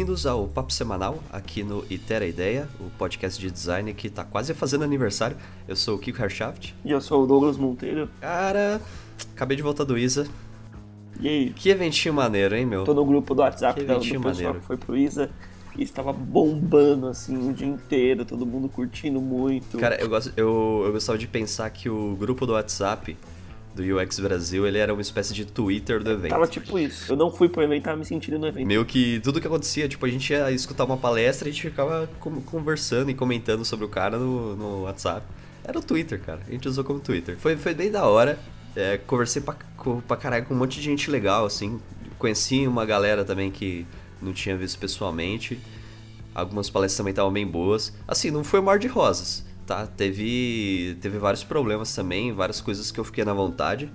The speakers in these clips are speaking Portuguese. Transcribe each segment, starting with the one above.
bem-vindos ao Papo Semanal, aqui no Itera Ideia, o podcast de design que tá quase fazendo aniversário. Eu sou o Kiko Herschaft. E eu sou o Douglas Monteiro. Cara, acabei de voltar do ISA. E aí? Que eventinho maneiro, hein, meu? Tô no grupo do WhatsApp do eventinho pessoal maneiro. que foi pro ISA e estava bombando, assim, o dia inteiro, todo mundo curtindo muito. Cara, eu gostava de pensar que o grupo do WhatsApp do UX Brasil, ele era uma espécie de Twitter do evento. Tava tipo isso. Eu não fui pro evento, tava me sentindo no evento. Meio que tudo que acontecia, tipo, a gente ia escutar uma palestra e a gente ficava conversando e comentando sobre o cara no WhatsApp. Era o Twitter, cara. A gente usou como Twitter. Foi bem da hora. Conversei pra caralho com um monte de gente legal, assim. Conheci uma galera também que não tinha visto pessoalmente. Algumas palestras também estavam bem boas. Assim, não foi um mar de rosas, tá? Teve vários problemas também, várias coisas que eu fiquei na vontade.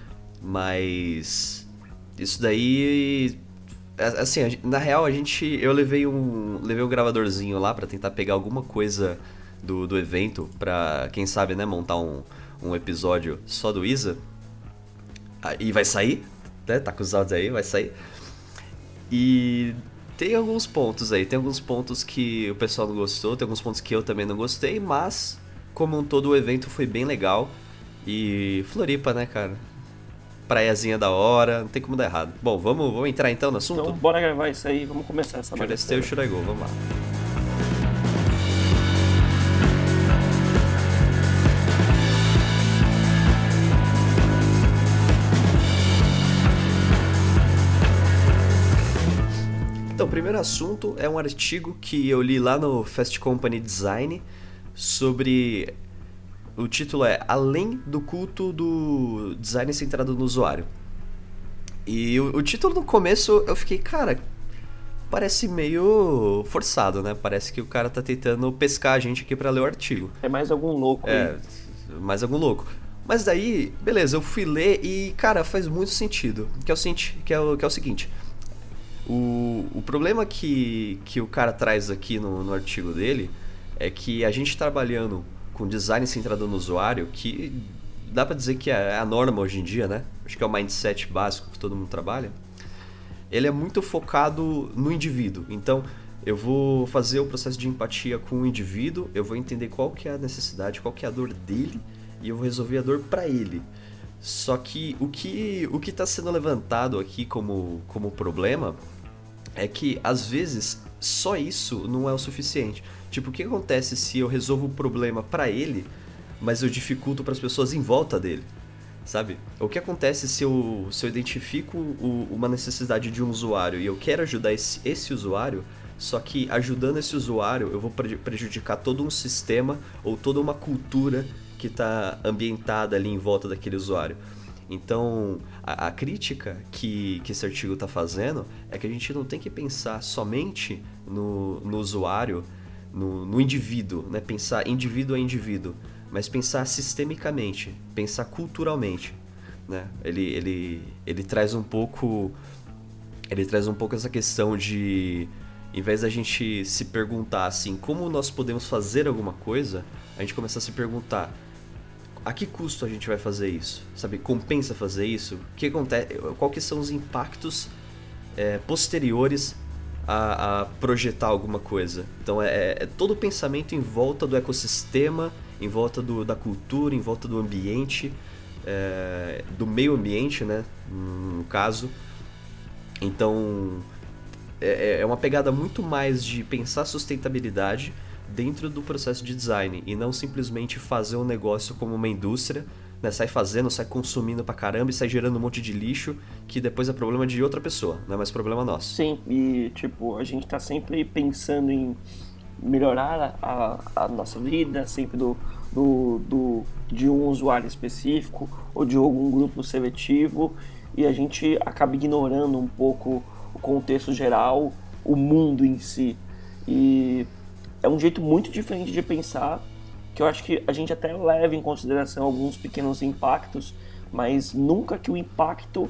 Mas isso daí... Assim, na real, eu levei um gravadorzinho lá pra tentar pegar alguma coisa do evento, pra, quem sabe, né, montar um episódio só do ISA. E vai sair, né? Tá com os áudios aí, vai sair. E tem alguns pontos aí, tem alguns pontos que o pessoal não gostou, tem alguns pontos que eu também não gostei, mas como um todo o evento foi bem legal. E Floripa, né, cara? Praiazinha da hora, não tem como dar errado. Bom, vamos entrar então no assunto? Então, bora gravar isso aí, vamos começar essa Churestei o Churagol, vamos lá. Então, o primeiro assunto é um artigo que eu li lá no Fast Company Design sobre... O título é Além do culto do design centrado no usuário. E o título no começo eu fiquei, cara, parece meio forçado, né? Parece que o cara tá tentando pescar a gente aqui pra ler o artigo. É mais algum louco aí. Mais algum louco. Mas daí, beleza, eu fui ler e, cara, faz muito sentido. Que é o seguinte... O problema que o cara traz aqui no artigo dele é que a gente trabalhando com design centrado no usuário, que dá pra dizer que é a norma hoje em dia, né? Acho que é o mindset básico que todo mundo trabalha. Ele é muito focado no indivíduo. Então, eu vou fazer o processo de empatia com o indivíduo, eu vou entender qual que é a necessidade, qual que é a dor dele, e eu vou resolver a dor pra ele. Só que o que está sendo levantado aqui como problema é que, às vezes, só isso não é o suficiente. Tipo, o que acontece se eu resolvo o problema pra ele, mas eu dificulto para as pessoas em volta dele, sabe? O que acontece se eu identifico uma necessidade de um usuário e eu quero ajudar esse usuário, só que ajudando esse usuário eu vou prejudicar todo um sistema ou toda uma cultura que está ambientada ali em volta daquele usuário. Então, a crítica que esse artigo está fazendo é que a gente não tem que pensar somente no usuário, no indivíduo, né? Pensar indivíduo a indivíduo, mas pensar sistemicamente, pensar culturalmente, né? Ele traz um pouco essa questão de, em vez da gente se perguntar assim, como nós podemos fazer alguma coisa, a gente começa a se perguntar, a que custo a gente vai fazer isso? Sabe, compensa fazer isso? O que acontece? Quais que são os impactos posteriores a projetar alguma coisa? Então é todo o pensamento em volta do ecossistema, em volta da cultura, em volta do ambiente, do meio ambiente, né, no caso. Então é uma pegada muito mais de pensar sustentabilidade dentro do processo de design e não simplesmente fazer um negócio como uma indústria, né? Sai fazendo, sai consumindo pra caramba e sai gerando um monte de lixo que depois é problema de outra pessoa, não é mais problema nosso. Sim, e tipo, a gente tá sempre pensando em melhorar a nossa vida, sempre de um usuário específico ou de algum grupo seletivo, e a gente acaba ignorando um pouco o contexto geral, o mundo em si. E é um jeito muito diferente de pensar, que eu acho que a gente até leva em consideração alguns pequenos impactos, mas nunca que o impacto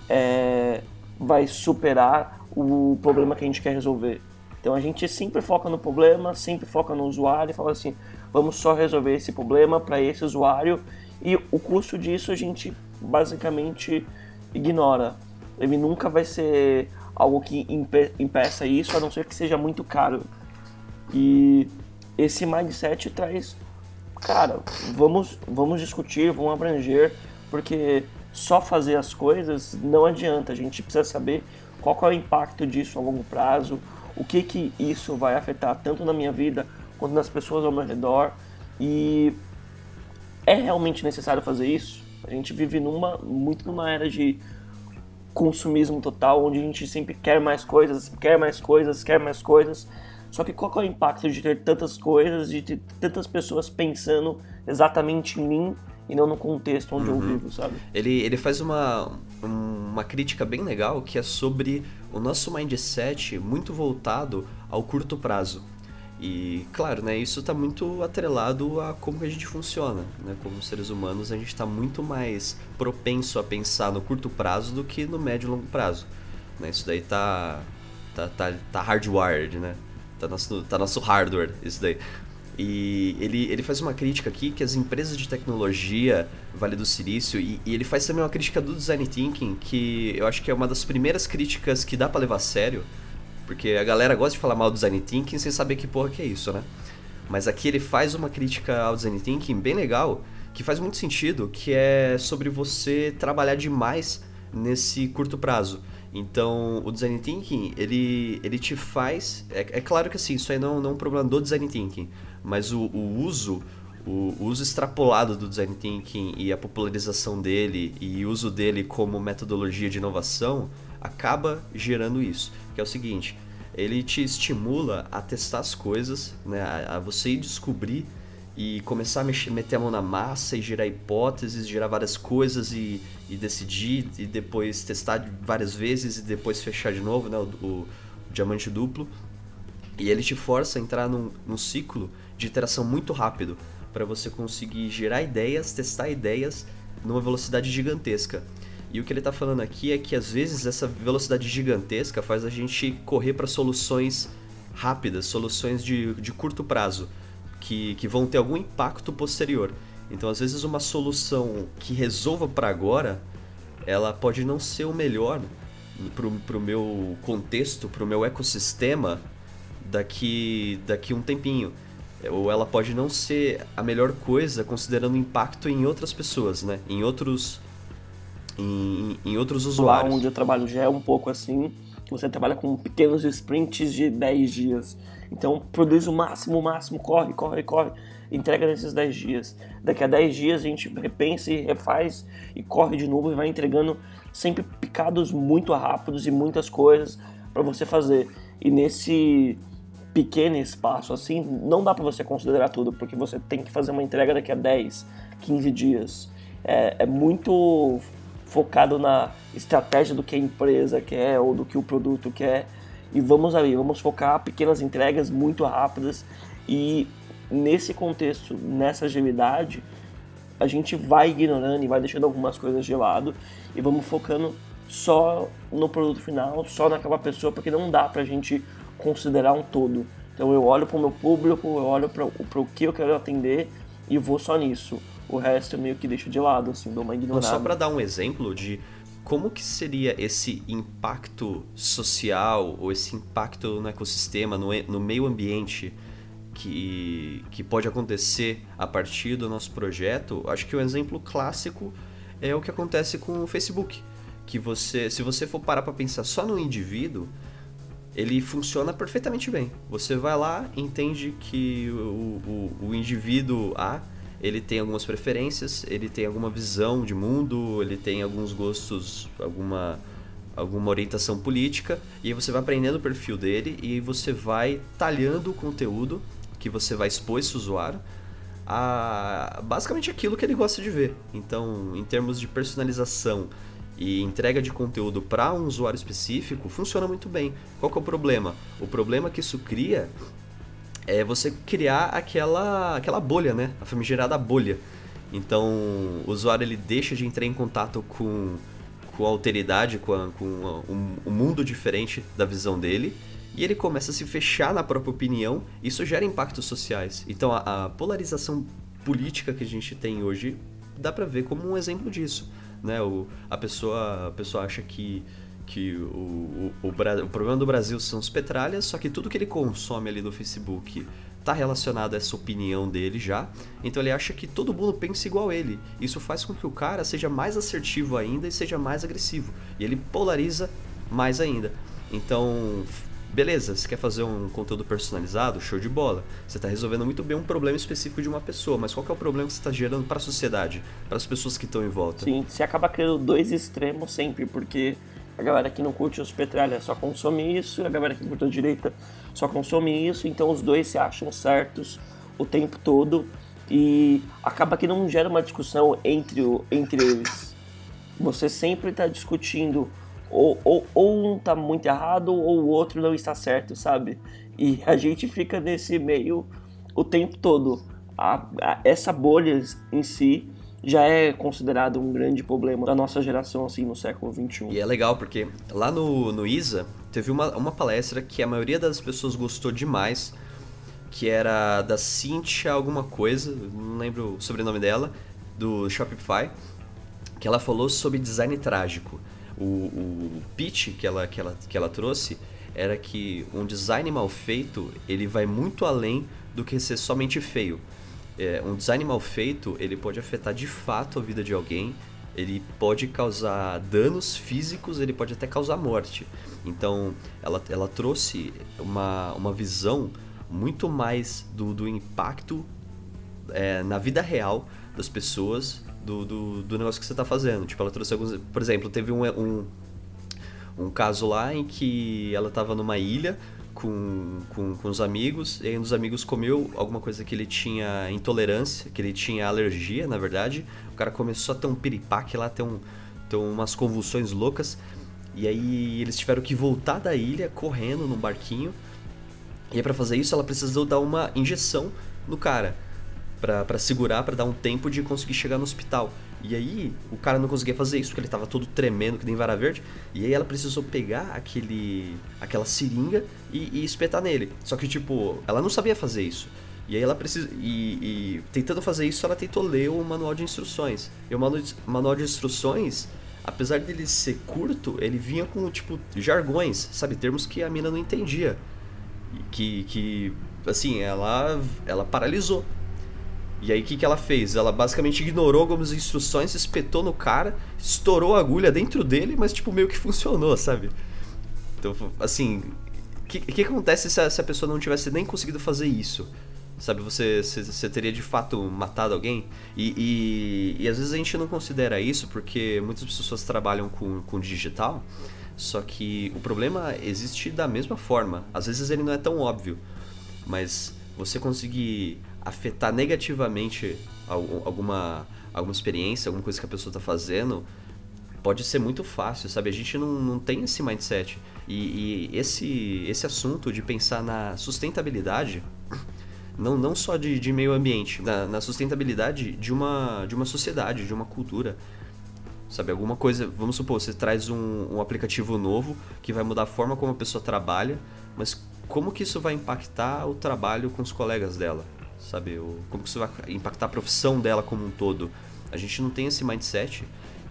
vai superar o problema que a gente quer resolver. Então a gente sempre foca no problema, sempre foca no usuário e fala assim, vamos só resolver esse problema para esse usuário, e o custo disso a gente basicamente ignora. Ele nunca vai ser algo que impeça isso, a não ser que seja muito caro. E esse mindset traz, cara, vamos discutir, vamos abranger, porque só fazer as coisas não adianta. A gente precisa saber qual que é o impacto disso a longo prazo, o que isso vai afetar tanto na minha vida quanto nas pessoas ao meu redor. E é realmente necessário fazer isso? A gente vive muito numa era de consumismo total, onde a gente sempre quer mais coisas, quer mais coisas, quer mais coisas. Só que qual que é o impacto de ter tantas coisas, de ter tantas pessoas pensando exatamente em mim e não no contexto onde eu vivo, sabe? Ele faz uma crítica bem legal, que é sobre o nosso mindset muito voltado ao curto prazo. E, claro, né, isso está muito atrelado a como que a gente funciona, né? Como seres humanos, a gente está muito mais propenso a pensar no curto prazo do que no médio e longo prazo, né? Isso daí tá hardwired, né? Tá nosso hardware, isso daí. E ele faz uma crítica aqui que as empresas de tecnologia, Vale do Silício, e ele faz também uma crítica do Design Thinking, que eu acho que é uma das primeiras críticas que dá pra levar a sério, porque a galera gosta de falar mal do Design Thinking sem saber que porra que é isso, né? Mas aqui ele faz uma crítica ao Design Thinking bem legal, que faz muito sentido, que é sobre você trabalhar demais nesse curto prazo. Então, o Design Thinking, ele te faz... É claro que assim, isso aí não é um problema do Design Thinking, mas o uso extrapolado do Design Thinking e a popularização dele e o uso dele como metodologia de inovação acaba gerando isso, que é o seguinte: ele te estimula a testar as coisas, né, a você ir descobrir e começar a meter a mão na massa e gerar hipóteses, gerar várias coisas e decidir e depois testar várias vezes e depois fechar de novo, né, o diamante duplo. E ele te força a entrar num ciclo de iteração muito rápido para você conseguir gerar ideias, testar ideias numa velocidade gigantesca. E o que ele está falando aqui é que às vezes essa velocidade gigantesca faz a gente correr para soluções rápidas, soluções de curto prazo, que vão ter algum impacto posterior. Então, às vezes, uma solução que resolva para agora, ela pode não ser o melhor pro meu contexto, pro meu ecossistema daqui um tempinho. Ou ela pode não ser a melhor coisa considerando o impacto em outras pessoas, né? Em outros usuários. Lá onde eu trabalho já é um pouco assim. Você trabalha com pequenos sprints de 10 dias. Então, produz o máximo, corre, entrega nesses 10 dias. Daqui a 10 dias a gente repensa e refaz e corre de novo e vai entregando sempre picados muito rápidos e muitas coisas para você fazer. E nesse pequeno espaço assim, não dá para você considerar tudo, porque você tem que fazer uma entrega daqui a 10, 15 dias. É muito focado na estratégia do que a empresa quer ou do que o produto quer, e vamos focar pequenas entregas muito rápidas. E nesse contexto, nessa agilidade, a gente vai ignorando e vai deixando algumas coisas de lado e vamos focando só no produto final, só naquela pessoa, porque não dá pra gente considerar um todo. Então eu olho pro meu público, eu olho pro que eu quero atender e vou só nisso. O resto eu meio que deixo de lado, assim, dou uma ignorada. Só para dar um exemplo de como que seria esse impacto social ou esse impacto no ecossistema, no meio ambiente que pode acontecer a partir do nosso projeto, acho que um exemplo clássico é o que acontece com o Facebook. Que se você for parar para pensar só no indivíduo, ele funciona perfeitamente bem. Você vai lá, entende que o indivíduo A, ele tem algumas preferências, ele tem alguma visão de mundo, ele tem alguns gostos, alguma orientação política, e aí você vai aprendendo o perfil dele e você vai talhando o conteúdo que você vai expor esse usuário a basicamente aquilo que ele gosta de ver. Então, em termos de personalização e entrega de conteúdo para um usuário específico, funciona muito bem. Qual que é o problema? O problema que isso cria é você criar aquela bolha, né? A famigerada bolha. Então, o usuário ele deixa de entrar em contato com a alteridade, com um mundo diferente da visão dele, e ele começa a se fechar na própria opinião. Isso gera impactos sociais. Então, a polarização política que a gente tem hoje dá pra ver como um exemplo disso, né? A pessoa acha que que o problema do Brasil são os petralhas, só que tudo que ele consome ali do Facebook tá relacionado a essa opinião dele já, então ele acha que todo mundo pensa igual a ele. Isso faz com que o cara seja mais assertivo ainda e seja mais agressivo, e ele polariza mais ainda. Então, beleza, você quer fazer um conteúdo personalizado? Show de bola. Você está resolvendo muito bem um problema específico de uma pessoa, mas qual que é o problema que você está gerando para a sociedade, para as pessoas que estão em volta? Sim, você acaba criando dois extremos sempre, porque a galera que não curte os petralhas só consome isso, e a galera que curte a direita só consome isso, então os dois se acham certos o tempo todo, e acaba que não gera uma discussão entre eles. Você sempre está discutindo ou um tá muito errado ou o outro não está certo, sabe? E a gente fica nesse meio o tempo todo. Essa bolha em si já é considerado um grande problema da nossa geração assim no século XXI. E é legal porque lá no ISA teve uma palestra que a maioria das pessoas gostou demais, que era da Cynthia alguma coisa, não lembro o sobrenome dela, do Shopify, que ela falou sobre design trágico. O pitch que ela trouxe era que um design mal feito, ele vai muito além do que ser somente feio. Um design mal feito, ele pode afetar de fato a vida de alguém, ele pode causar danos físicos, ele pode até causar morte. Então, ela trouxe uma visão muito mais do impacto na vida real das pessoas do negócio que você está fazendo. Tipo, ela trouxe alguns... Por exemplo, teve um caso lá em que ela estava numa ilha com os amigos, e aí um dos amigos comeu alguma coisa que ele tinha intolerância, que ele tinha alergia, na verdade. O cara começou a ter um piripaque lá, ter umas convulsões loucas, e aí eles tiveram que voltar da ilha correndo num barquinho, e aí pra fazer isso ela precisou dar uma injeção no cara, pra segurar, pra dar um tempo de conseguir chegar no hospital. E aí o cara não conseguia fazer isso porque ele tava todo tremendo que nem vara verde. E aí ela precisou pegar aquela seringa e espetar nele. Só que tipo, ela não sabia fazer isso. E aí ela tentando fazer isso, ela tentou ler o manual de instruções. E o manual de instruções, apesar dele ser curto, ele vinha com tipo jargões, sabe, termos que a mina não entendia. Que assim, ela paralisou. E aí o que ela fez? Ela basicamente ignorou algumas instruções, espetou no cara, estourou a agulha dentro dele, mas tipo meio que funcionou, sabe? Então, assim, o que acontece se a pessoa não tivesse nem conseguido fazer isso? Sabe, você teria de fato matado alguém? E às vezes a gente não considera isso porque muitas pessoas trabalham com digital, só que o problema existe da mesma forma. Às vezes ele não é tão óbvio, mas você conseguir afetar negativamente alguma experiência, alguma coisa que a pessoa está fazendo, pode ser muito fácil, sabe? A gente não tem esse mindset. E esse assunto de pensar na sustentabilidade, não só de meio ambiente, na sustentabilidade de uma sociedade, de uma cultura. Sabe, alguma coisa, vamos supor, você traz um aplicativo novo que vai mudar a forma como a pessoa trabalha, mas como que isso vai impactar o trabalho com os colegas dela? Sabe, como que isso vai impactar a profissão dela como um todo? A gente não tem esse mindset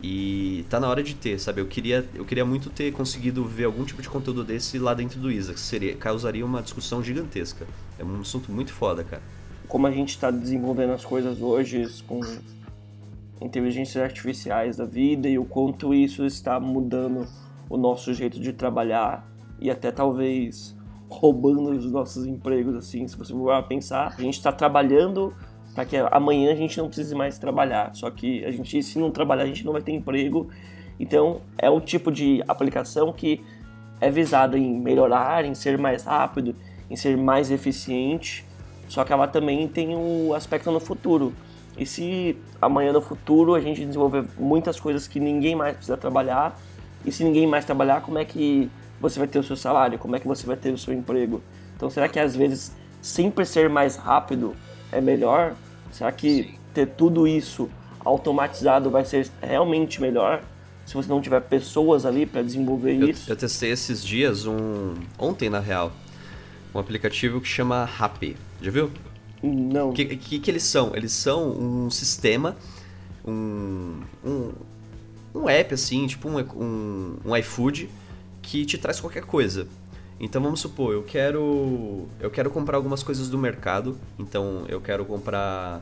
e tá na hora de ter, sabe? Eu queria muito ter conseguido ver algum tipo de conteúdo desse lá dentro do ISA, que causaria uma discussão gigantesca. É um assunto muito foda, cara. Como a gente está desenvolvendo as coisas hoje com inteligências artificiais da vida e o quanto isso está mudando o nosso jeito de trabalhar e até talvez roubando os nossos empregos, assim, se você for pensar, a gente está trabalhando para que amanhã a gente não precise mais trabalhar, só que se não trabalhar a gente não vai ter emprego. Então é um tipo de aplicação que é visada em melhorar, em ser mais rápido, em ser mais eficiente, só que ela também tem o aspecto no futuro. E se amanhã no futuro a gente desenvolver muitas coisas que ninguém mais precisa trabalhar, e se ninguém mais trabalhar, como é que você vai ter o seu salário? Como é que você vai ter o seu emprego? Então, será que às vezes sempre ser mais rápido é melhor? Será que ter tudo isso automatizado vai ser realmente melhor se você não tiver pessoas ali para desenvolver isso? Eu testei esses dias, ontem na real, um aplicativo que chama Rappi. Já viu? Não. O que eles são? Eles são um sistema, um app assim, tipo um iFood, que te traz qualquer coisa. Então vamos supor, eu quero comprar algumas coisas do mercado, então eu quero comprar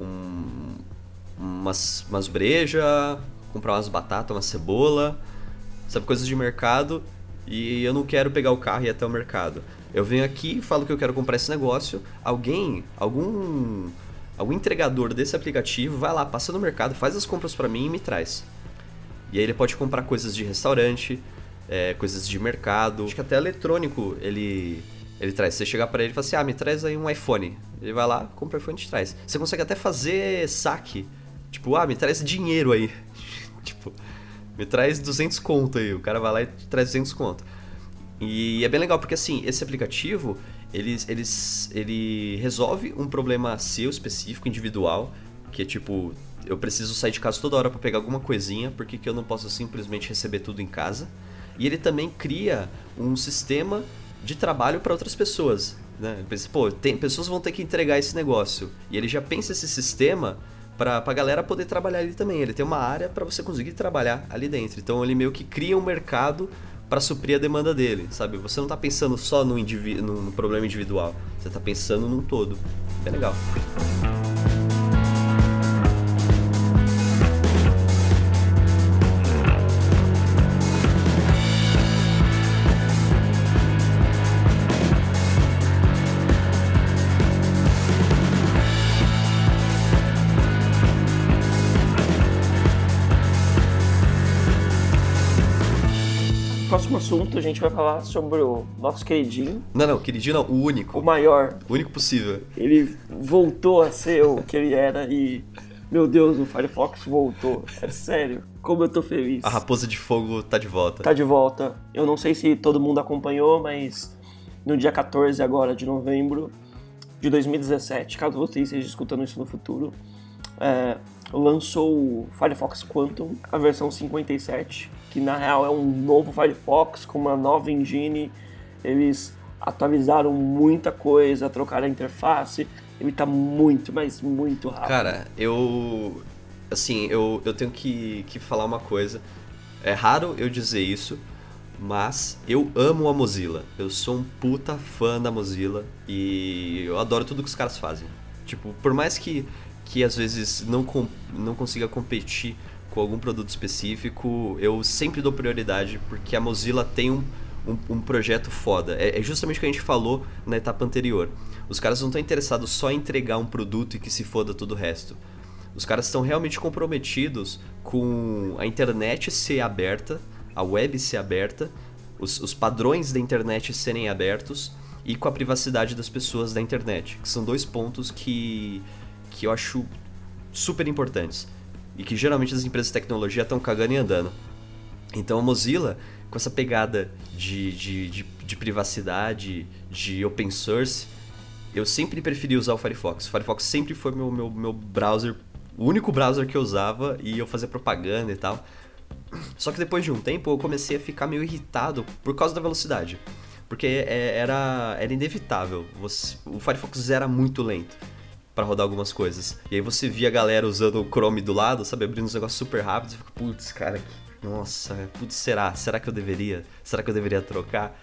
umas breja, comprar umas batatas, uma cebola, sabe, coisas de mercado, e eu não quero pegar o carro e ir até o mercado. Eu venho aqui, falo que eu quero comprar esse negócio, algum entregador desse aplicativo vai lá, passa no mercado, faz as compras pra mim e me traz. E aí ele pode comprar coisas de restaurante, coisas de mercado, acho que até eletrônico ele traz. Você chegar pra ele e fala assim, me traz aí um iPhone. Ele vai lá, compra o iPhone e te traz. Você consegue até fazer saque, tipo, me traz dinheiro aí. Tipo, me traz 200 conto aí, o cara vai lá e te traz 200 conto. E é bem legal porque assim, esse aplicativo, ele resolve um problema seu específico, individual, que é tipo, eu preciso sair de casa toda hora pra pegar alguma coisinha, porque que eu não posso simplesmente receber tudo em casa. E ele também cria um sistema de trabalho para outras pessoas, né? Ele pensa, pessoas vão ter que entregar esse negócio. E ele já pensa esse sistema pra galera poder trabalhar ali também. Ele tem uma área para você conseguir trabalhar ali dentro. Então ele meio que cria um mercado para suprir a demanda dele, sabe? Você não tá pensando só no problema individual, você tá pensando num todo. É legal. Próximo assunto, a gente vai falar sobre o nosso queridinho. Não, queridinho não, o único. O maior. O único possível. Ele voltou a ser o que ele era e... Meu Deus, o Firefox voltou. É sério. Como eu tô feliz. A Raposa de Fogo tá de volta. Tá de volta. Eu não sei se todo mundo acompanhou, mas no dia 14 agora de novembro de 2017, caso você esteja escutando isso no futuro, lançou o Firefox Quantum, a versão 57, que na real é um novo Firefox com uma nova engine. Eles atualizaram muita coisa, trocaram a interface. Ele tá muito, mas muito rápido. Cara, eu tenho que falar uma coisa. É raro eu dizer isso, mas eu amo a Mozilla. Eu sou um puta fã da Mozilla e eu adoro tudo que os caras fazem. Tipo, por mais que às vezes não consiga competir com algum produto específico, eu sempre dou prioridade porque a Mozilla tem um projeto foda. É justamente o que a gente falou na etapa anterior. Os caras não estão interessados só em entregar um produto e que se foda todo o resto. Os caras estão realmente comprometidos com a internet ser aberta, a web ser aberta, os padrões da internet serem abertos e com a privacidade das pessoas da internet, que são dois pontos que eu acho super importantes e que geralmente as empresas de tecnologia estão cagando e andando. Então a Mozilla, com essa pegada de privacidade, de open source, eu sempre preferi usar o Firefox. O Firefox sempre foi meu browser, o único browser que eu usava e eu fazia propaganda e tal. Só que depois de um tempo eu comecei a ficar meio irritado por causa da velocidade. Porque era inevitável. O Firefox era muito lento para rodar algumas coisas. E aí você via a galera usando o Chrome do lado, sabe, abrindo uns negócios super rápidos e fica, putz, cara, nossa, será que eu deveria? Será que eu deveria trocar?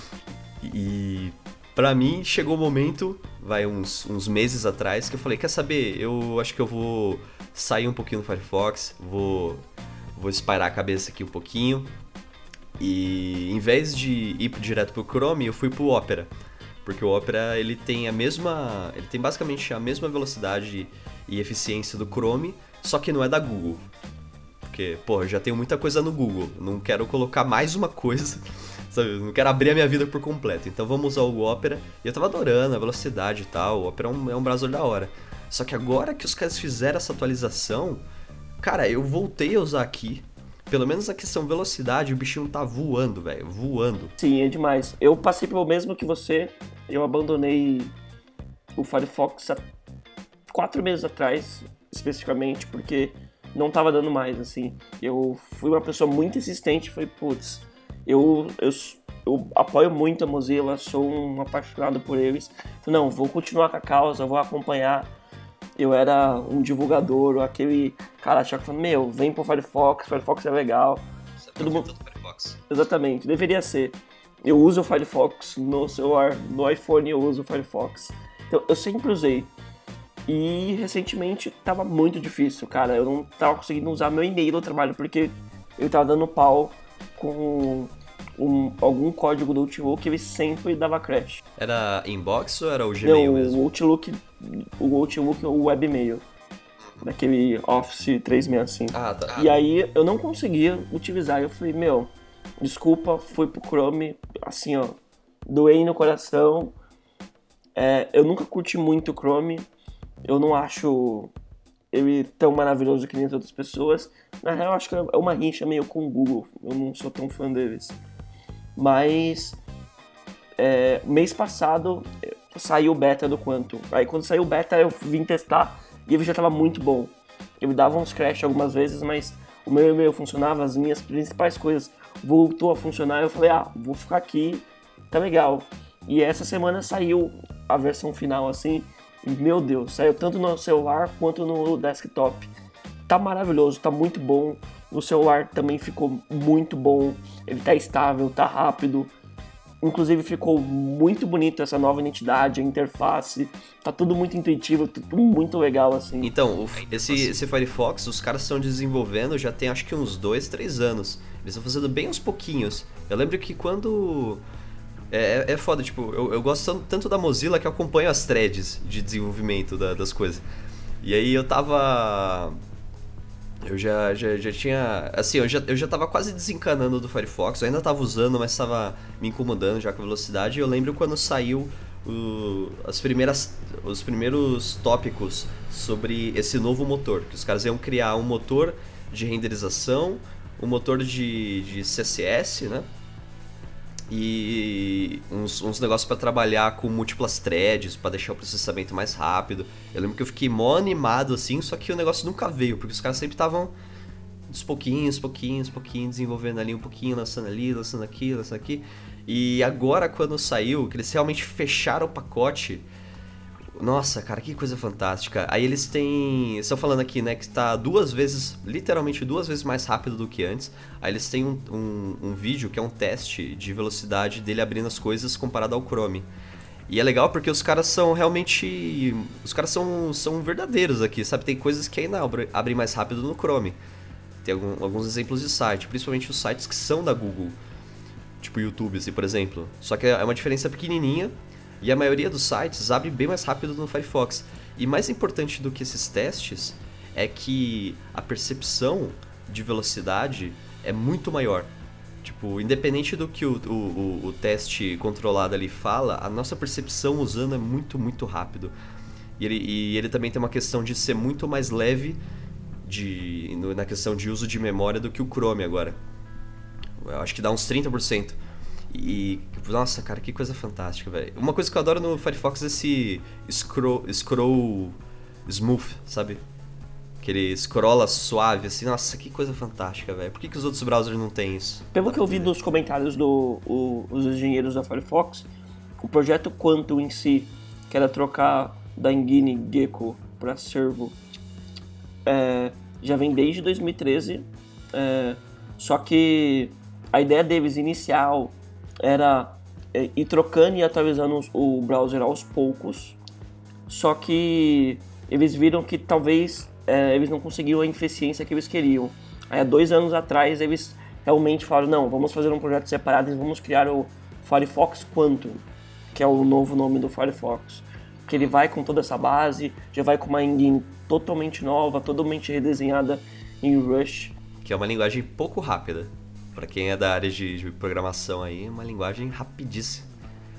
E pra mim chegou o momento, uns meses atrás, que eu falei, quer saber, eu acho que eu vou sair um pouquinho do Firefox, vou espairar a cabeça aqui um pouquinho. E em vez de ir direto pro Chrome, eu fui pro Opera. Porque o Opera, ele tem basicamente a mesma velocidade e eficiência do Chrome, só que não é da Google. Porque, eu já tenho muita coisa no Google, não quero colocar mais uma coisa, sabe? Eu não quero abrir a minha vida por completo. Então vamos usar o Opera, e eu tava adorando a velocidade e tal, o Opera é um browser da hora. Só que agora que os caras fizeram essa atualização, cara, eu voltei a usar aqui. Pelo menos a questão velocidade, o bichinho tá voando, velho, voando. Sim, é demais. Eu passei pelo mesmo que você, eu abandonei o Firefox há 4 meses atrás, especificamente, porque não tava dando mais, assim. Eu fui uma pessoa muito insistente, falei, putz, eu apoio muito a Mozilla, sou um apaixonado por eles. Falei, não, vou continuar com a causa, vou acompanhar. Eu era um divulgador, aquele cara achava que falando, vem pro Firefox é legal. Todo mundo Exatamente, deveria ser. Eu uso o Firefox no celular, no iPhone eu uso o Firefox. Então, eu sempre usei. E recentemente tava muito difícil, cara. Eu não tava conseguindo usar meu e-mail no trabalho porque eu tava dando pau com algum código do Outlook que ele sempre dava crash. Era inbox ou era o Gmail mesmo? O Outlook é o webmail. Daquele Office 365. Ah, tá. E aí eu não conseguia utilizar. Eu falei, desculpa, fui pro Chrome, assim, ó, doei no coração. Eu nunca curti muito o Chrome. Eu não acho ele tão maravilhoso que nem as outras pessoas. Na real, eu acho que é uma rincha meio com o Google. Eu não sou tão fã deles. Mas, mês passado, saiu o beta do Quantum. Aí quando saiu o beta, eu vim testar e ele já estava muito bom. Ele dava uns crash algumas vezes, mas o meu e-mail funcionava, as minhas principais coisas voltou a funcionar. Eu falei, vou ficar aqui, tá legal. E essa semana saiu a versão final, assim, e, meu Deus, saiu tanto no celular quanto no desktop. Tá maravilhoso, tá muito bom. No celular também ficou muito bom, ele tá estável, tá rápido. Inclusive ficou muito bonito essa nova identidade, a interface, tá tudo muito intuitivo, tudo muito legal, assim. Então, esse Firefox, os caras estão desenvolvendo já tem acho que uns 2, 3 anos. Eles estão fazendo bem aos pouquinhos. Eu lembro que quando... É foda, tipo, eu gosto tanto da Mozilla que eu acompanho as threads de desenvolvimento das coisas. E aí eu tava... Eu já tinha... Assim, eu já tava quase desencanando do Firefox. Eu ainda tava usando, mas tava me incomodando já com a velocidade. E eu lembro quando saiu os primeiros tópicos sobre esse novo motor. Que os caras iam criar um motor de renderização, um motor de CSS, né? E uns negócios pra trabalhar com múltiplas threads, pra deixar o processamento mais rápido. Eu lembro que eu fiquei mó animado assim, só que o negócio nunca veio, porque os caras sempre estavam uns pouquinhos, desenvolvendo ali um pouquinho, lançando ali, lançando aqui. E agora quando saiu, que eles realmente fecharam o pacote, nossa, cara, que coisa fantástica. Aí eles estão falando aqui, né, que tá literalmente duas vezes mais rápido do que antes. Aí eles têm um vídeo que é um teste de velocidade dele abrindo as coisas comparado ao Chrome. E é legal porque os caras são realmente... Os caras são verdadeiros aqui, sabe? Tem coisas que ainda abrem mais rápido no Chrome. Tem alguns exemplos de site, principalmente os sites que são da Google. Tipo YouTube, assim, por exemplo. Só que é uma diferença pequenininha. E a maioria dos sites abre bem mais rápido no Firefox. E mais importante do que esses testes é que a percepção de velocidade é muito maior. Tipo, independente do que o teste controlado ali fala, a nossa percepção usando é muito, muito rápido. E ele também tem uma questão de ser muito mais leve na questão de uso de memória do que o Chrome agora. Eu acho que dá uns 30%. E, nossa, cara, que coisa fantástica, velho. Uma coisa que eu adoro no Firefox é esse scroll smooth, sabe? Que ele scrolla suave, assim. Nossa, que coisa fantástica, velho. Por que os outros browsers não têm isso? Pelo que eu vi nos comentários dos engenheiros da Firefox, o projeto Quantum em si, que era trocar da Engine Gecko para Servo, já vem desde 2013. Só que a ideia deles inicial era ir trocando e atualizando o browser aos poucos, só que eles viram que talvez eles não conseguiram a eficiência que eles queriam. Aí, há 2 anos atrás, eles realmente falaram, não, vamos fazer um projeto separado e vamos criar o Firefox Quantum, que é o novo nome do Firefox, que ele vai com toda essa base, já vai com uma engine totalmente nova, totalmente redesenhada em Rush. Que é uma linguagem pouco rápida. Pra quem é da área de programação aí, é uma linguagem rapidíssima.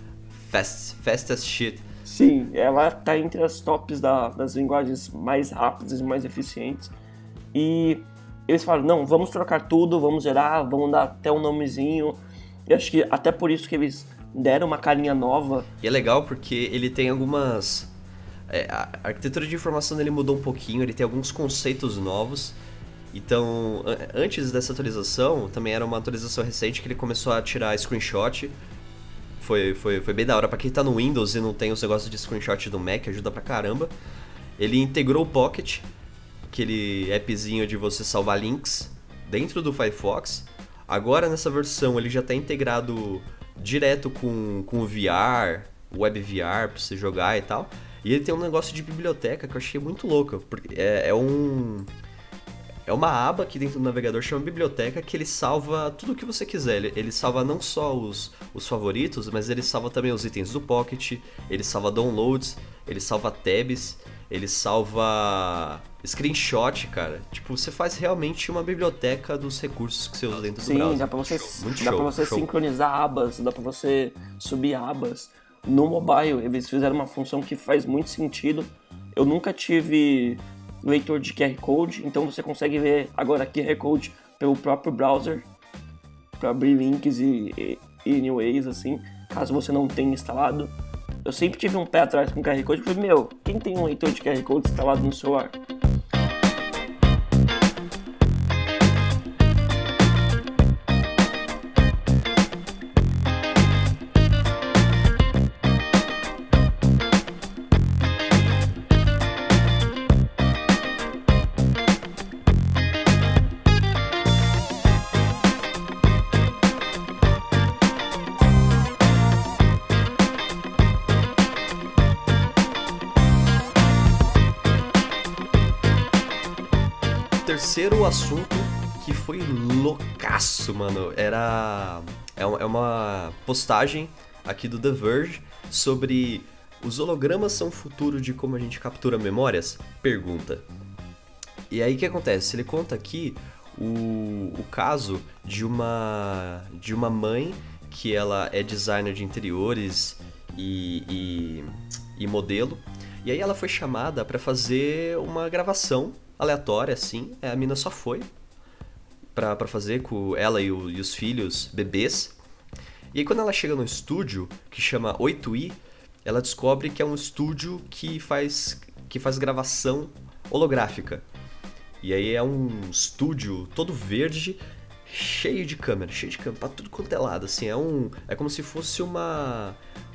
Fast as shit. Sim, ela tá entre as tops das linguagens mais rápidas e mais eficientes. E eles falaram, não, vamos trocar tudo, vamos zerar, vamos dar até um nomezinho. Eu acho que até por isso que eles deram uma carinha nova. E é legal porque ele tem algumas... a arquitetura de informação dele mudou um pouquinho, ele tem alguns conceitos novos. Então, antes dessa atualização, também era uma atualização recente que ele começou a tirar screenshot. Foi bem da hora. Pra quem tá no Windows e não tem os negócios de screenshot do Mac, ajuda pra caramba. Ele integrou o Pocket, aquele appzinho de você salvar links dentro do Firefox. Agora nessa versão ele já tá integrado direto com o VR, o WebVR pra você jogar e tal. E ele tem um negócio de biblioteca que eu achei muito louco, porque é uma aba aqui dentro do navegador, chama biblioteca, que ele salva tudo o que você quiser. Ele salva não só os favoritos, mas ele salva também os itens do Pocket, ele salva downloads, ele salva tabs, ele salva screenshot, cara. Tipo, você faz realmente uma biblioteca dos recursos que você usa dentro do browser. Sim, dá pra você sincronizar abas, dá pra você subir abas. No mobile, eles fizeram uma função que faz muito sentido. Eu nunca tive leitor de QR Code, então você consegue ver agora QR Code pelo próprio browser para abrir links e anyways, assim, caso você não tenha instalado. Eu sempre tive um pé atrás com QR Code, falei, quem tem um leitor de QR Code instalado no celular? Terceiro assunto que foi loucaço, mano, é uma postagem aqui do The Verge sobre os hologramas são o futuro de como a gente captura memórias? Pergunta. E aí o que acontece? Ele conta aqui o caso de uma mãe que ela é designer de interiores e modelo, e aí ela foi chamada para fazer uma gravação aleatória, assim. A mina só foi pra fazer com ela e os filhos, bebês. E aí quando ela chega no estúdio, que chama 8i, ela descobre que é um estúdio que faz gravação holográfica. E aí é um estúdio todo verde, cheio de câmera pra tudo quanto é lado, assim. É como se fosse uma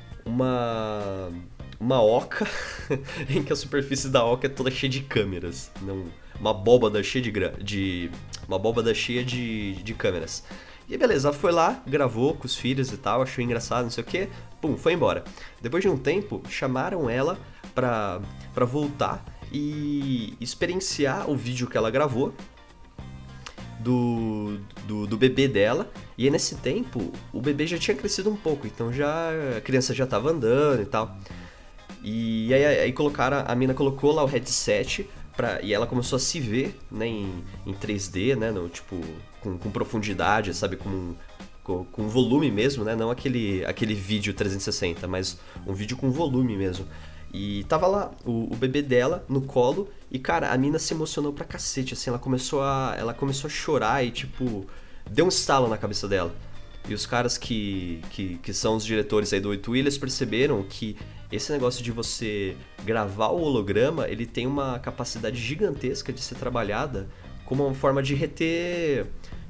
oca em que a superfície da oca é toda cheia de câmeras, não, uma abóbada cheia de câmeras. E beleza, ela foi lá, gravou com os filhos e tal, achou engraçado, não sei o que, pum, foi embora. Depois de um tempo, chamaram ela pra voltar e experienciar o vídeo que ela gravou do bebê dela. E aí, nesse tempo, o bebê já tinha crescido um pouco, então a criança já tava andando e tal. E aí a mina colocou lá o headset e ela começou a se ver, né, em 3D, né, no, tipo, com profundidade, sabe, com volume mesmo, né, não aquele vídeo 360, mas um vídeo com volume mesmo. E tava lá o bebê dela no colo e, cara, a mina se emocionou pra cacete, assim, ela começou a chorar e, tipo, deu um estalo na cabeça dela. E os caras que são os diretores aí do 8i, eles perceberam que esse negócio de você gravar o holograma, ele tem uma capacidade gigantesca de ser trabalhada como uma forma de reter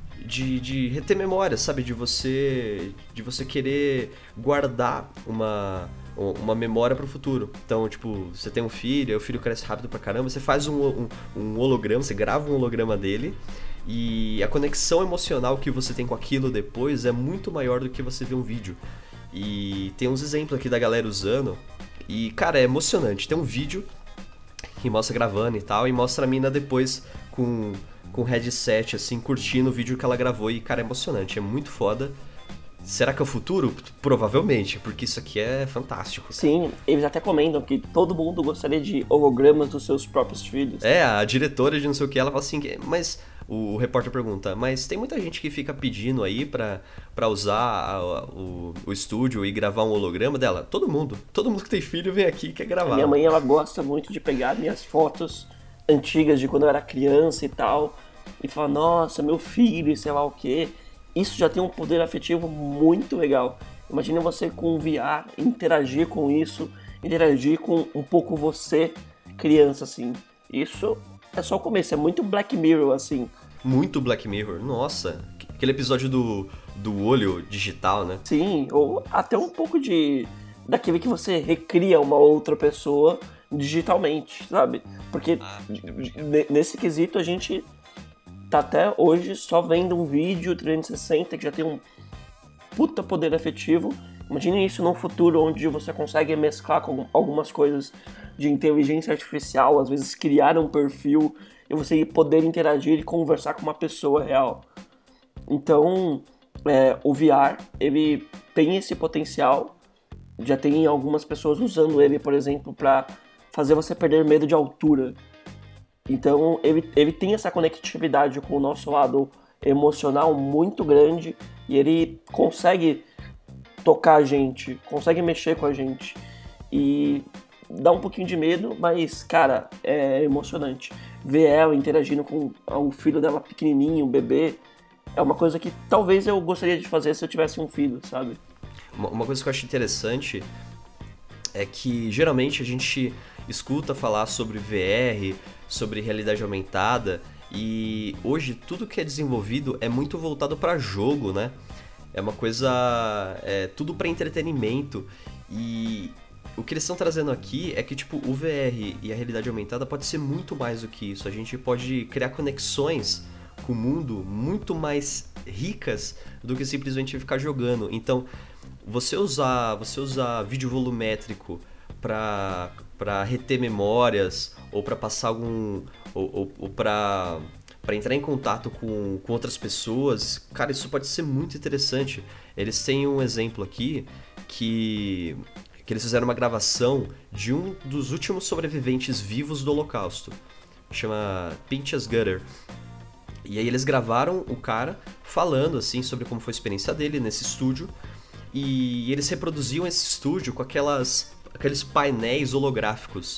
memória, sabe? De você querer guardar uma memória pro futuro. Então, tipo, você tem um filho, aí o filho cresce rápido pra caramba, você faz um holograma, você grava um holograma dele, e a conexão emocional que você tem com aquilo depois é muito maior do que você ver um vídeo. E tem uns exemplos aqui da galera usando, e, cara, é emocionante. Tem um vídeo que mostra gravando e tal, e mostra a mina depois com headset, assim, curtindo o vídeo que ela gravou, e, cara, é emocionante, é muito foda. Será que é o futuro? Provavelmente, porque isso aqui é fantástico. Sim, eles até comentam que todo mundo gostaria de hologramas dos seus próprios filhos. A diretora de não sei o que, ela fala assim, mas o repórter pergunta, mas tem muita gente que fica pedindo aí pra usar o estúdio e gravar um holograma dela? Todo mundo que tem filho vem aqui e quer gravar. A minha mãe, ela gosta muito de pegar minhas fotos antigas de quando eu era criança e tal, e falar, nossa, meu filho, e sei lá o quê. Isso já tem um poder afetivo muito legal. Imagina você com o VR, interagir com isso, interagir com um pouco você, criança, assim. Isso é só o começo, é muito Black Mirror, assim. Muito Black Mirror, nossa. Aquele episódio do olho digital, né? Sim, ou até um pouco daquele que você recria uma outra pessoa digitalmente, sabe? Porque nesse quesito a gente tá até hoje só vendo um vídeo 360 que já tem um puta poder efetivo. Imagine isso num futuro onde você consegue mesclar com algumas coisas de inteligência artificial, às vezes criar um perfil e você poder interagir e conversar com uma pessoa real. Então, o VR, ele tem esse potencial. Já tem algumas pessoas usando ele, por exemplo, para fazer você perder medo de altura. Então, ele tem essa conectividade com o nosso lado emocional muito grande e ele consegue tocar a gente, consegue mexer com a gente. E dá um pouquinho de medo, mas, cara, é emocionante. Ver ela interagindo com o filho dela pequenininho, um bebê, é uma coisa que talvez eu gostaria de fazer se eu tivesse um filho, sabe? Uma coisa que eu acho interessante é que geralmente a gente escuta falar sobre VR, sobre realidade aumentada, e hoje tudo que é desenvolvido é muito voltado para jogo, né? É uma coisa... tudo para entretenimento. E o que eles estão trazendo aqui é que, tipo, o VR e a realidade aumentada pode ser muito mais do que isso. A gente pode criar conexões com o mundo muito mais ricas do que simplesmente ficar jogando. Então, você usar vídeo volumétrico para reter memórias ou para passar algum... ou para entrar em contato com outras pessoas, cara, isso pode ser muito interessante. Eles têm um exemplo aqui que eles fizeram uma gravação de um dos últimos sobreviventes vivos do Holocausto. Chama Pinchas Gutter. E aí eles gravaram o cara falando assim sobre como foi a experiência dele nesse estúdio. E eles reproduziam esse estúdio com aqueles painéis holográficos.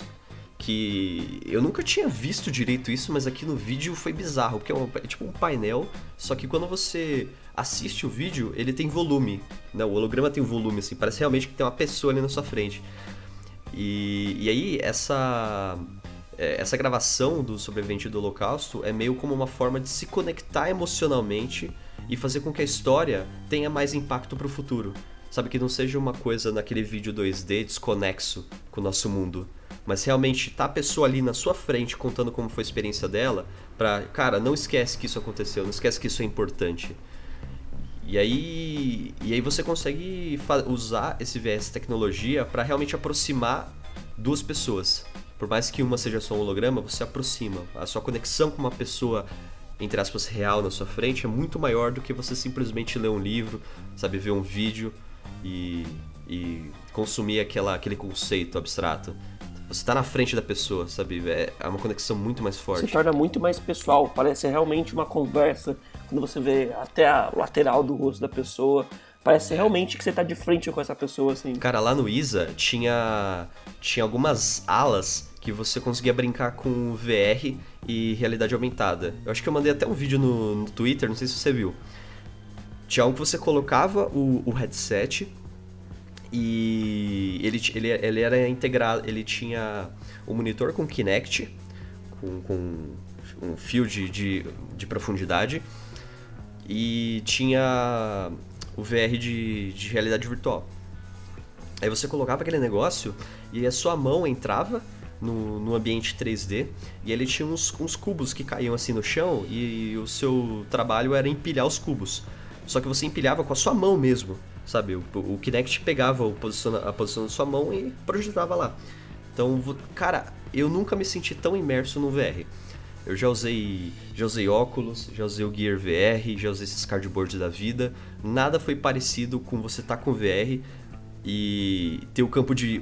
Que eu nunca tinha visto direito isso, mas aqui no vídeo foi bizarro, porque é tipo um painel, só que quando você assiste o vídeo, ele tem volume, né? O holograma tem volume, assim, parece realmente que tem uma pessoa ali na sua frente. E aí, essa gravação do sobrevivente do Holocausto é meio como uma forma de se conectar emocionalmente e fazer com que a história tenha mais impacto pro futuro. Sabe, que não seja uma coisa naquele vídeo 2D desconexo com o nosso mundo. Mas realmente tá a pessoa ali na sua frente contando como foi a experiência dela pra, cara, não esquece que isso aconteceu, não esquece que isso é importante. E aí você consegue usar esse VR, tecnologia pra realmente aproximar duas pessoas. Por mais que uma seja só um holograma, você aproxima. A sua conexão com uma pessoa, entre aspas, real na sua frente é muito maior do que você simplesmente ler um livro, sabe, ver um vídeo e consumir aquele conceito abstrato. Você tá na frente da pessoa, sabe? É uma conexão muito mais forte. Se torna muito mais pessoal, parece realmente uma conversa. Quando você vê até a lateral do rosto da pessoa, parece realmente que você tá de frente com essa pessoa, assim. Cara, lá no ISA tinha algumas alas que você conseguia brincar com VR e realidade aumentada. Eu acho que eu mandei até um vídeo no Twitter, não sei se você viu. Tinha algo que você colocava o headset e ele era integrado, ele tinha um monitor com Kinect, com um fio de profundidade, e tinha o VR de realidade virtual. Aí você colocava aquele negócio e a sua mão entrava no ambiente 3D e ele tinha uns cubos que caíam assim no chão e o seu trabalho era empilhar os cubos. Só que você empilhava com a sua mão mesmo, sabe? O Kinect pegava a posição da sua mão e projetava lá. Então, cara, eu nunca me senti tão imerso no VR. Eu já usei óculos, já usei o Gear VR, já usei esses cardboards da vida. Nada foi parecido com você estar com VR e ter o campo de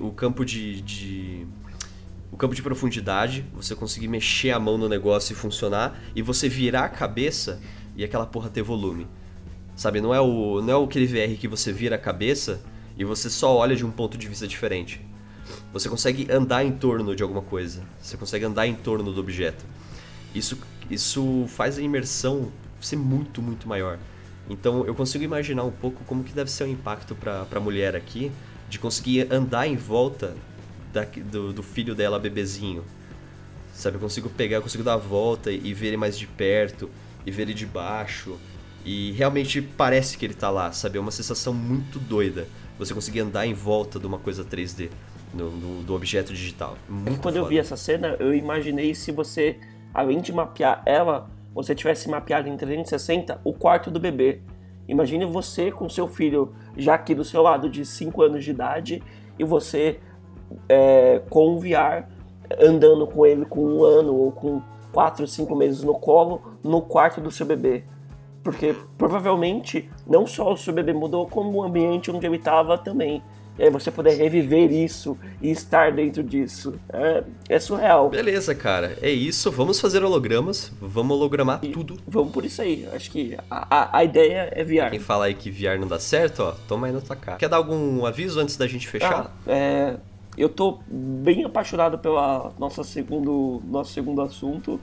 profundidade, você conseguir mexer a mão no negócio e funcionar, e você virar a cabeça e aquela porra ter volume. Sabe, não é aquele VR que você vira a cabeça e você só olha de um ponto de vista diferente. Você consegue andar em torno de alguma coisa, você consegue andar em torno do objeto. Isso faz a imersão ser muito, muito maior. Então eu consigo imaginar um pouco como que deve ser o impacto para a mulher aqui, de conseguir andar em volta do filho dela, bebezinho. Sabe, eu consigo dar a volta e ver ele mais de perto, e ver ele de baixo. E realmente parece que ele tá lá, sabe? É uma sensação muito doida. Você conseguir andar em volta de uma coisa 3D, do objeto digital. Muito Quando foda. eu vi essa cena, eu imaginei se você, além de mapear ela, você tivesse mapeado em 360 o quarto do bebê. Imagine você com seu filho já aqui do seu lado de 5 anos de idade e você com o VR andando com ele com 1 ano ou com 4, 5 meses no colo no quarto do seu bebê. Porque provavelmente não só o seu bebê mudou, como o ambiente onde ele estava também. E aí você poder reviver isso e estar dentro disso. É surreal. Beleza, cara. É isso. Vamos fazer hologramas. Vamos hologramar tudo. Vamos por isso aí. Acho que a ideia é VR. Quem fala aí que VR não dá certo, ó, toma aí na tua cara. Quer dar algum aviso antes da gente fechar? Eu tô bem apaixonado pela nosso segundo assunto.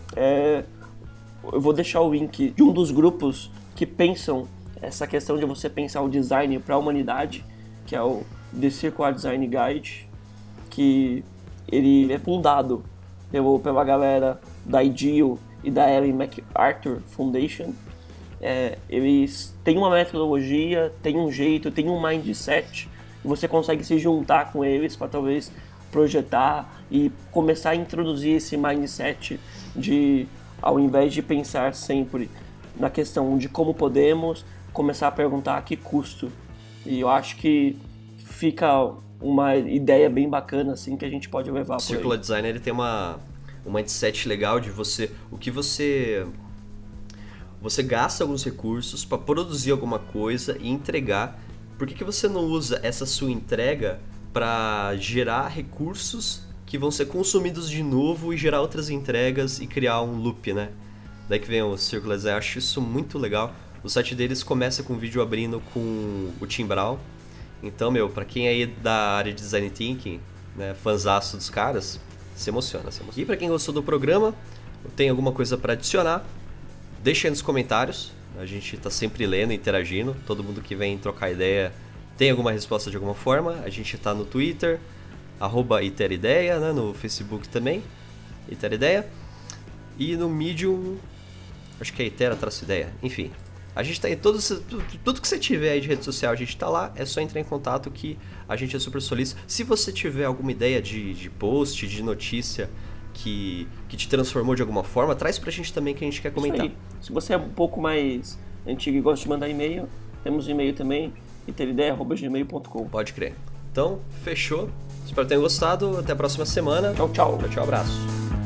Eu vou deixar o link de um dos grupos que pensam essa questão de você pensar o design para a humanidade, que é o The Circular Design Guide, que ele é fundado pela galera da IDEO e da Ellen MacArthur Foundation. Eles têm uma metodologia, têm um jeito, têm um mindset, e você consegue se juntar com eles para talvez projetar e começar a introduzir esse mindset de, ao invés de pensar sempre na questão de como podemos, começar a perguntar a que custo. E eu acho que fica uma ideia bem bacana assim que a gente pode levar por aí. O Circular Design ele tem um mindset legal de você gasta alguns recursos para produzir alguma coisa e entregar. Por que você não usa essa sua entrega para gerar recursos que vão ser consumidos de novo e gerar outras entregas e criar um loop, né? Daí que vem o Circular Design. Eu acho isso muito legal. O site deles começa com um vídeo abrindo com o Tim Brown. Então, pra quem é aí da área de Design Thinking, né, fanzaço dos caras, se emociona. E pra quem gostou do programa, tem alguma coisa para adicionar, deixa aí nos comentários. A gente tá sempre lendo, interagindo. Todo mundo que vem trocar ideia tem alguma resposta de alguma forma. A gente tá no Twitter, @IteraIdeia, né, no Facebook também, IteraIdeia. E no Medium, acho que é Itera-Ideia, enfim. A gente tá em tudo que você tiver aí de rede social, a gente tá lá, é só entrar em contato que a gente é super solícito. Se você tiver alguma ideia de post, de notícia que te transformou de alguma forma, traz pra gente também que a gente quer comentar. Se você é um pouco mais antigo e gosta de mandar e-mail, temos e-mail também, iteraIdeia@gmail.com. Pode crer. Então, fechou. Espero que tenham gostado. Até a próxima semana. Tchau, tchau. Tchau, abraço.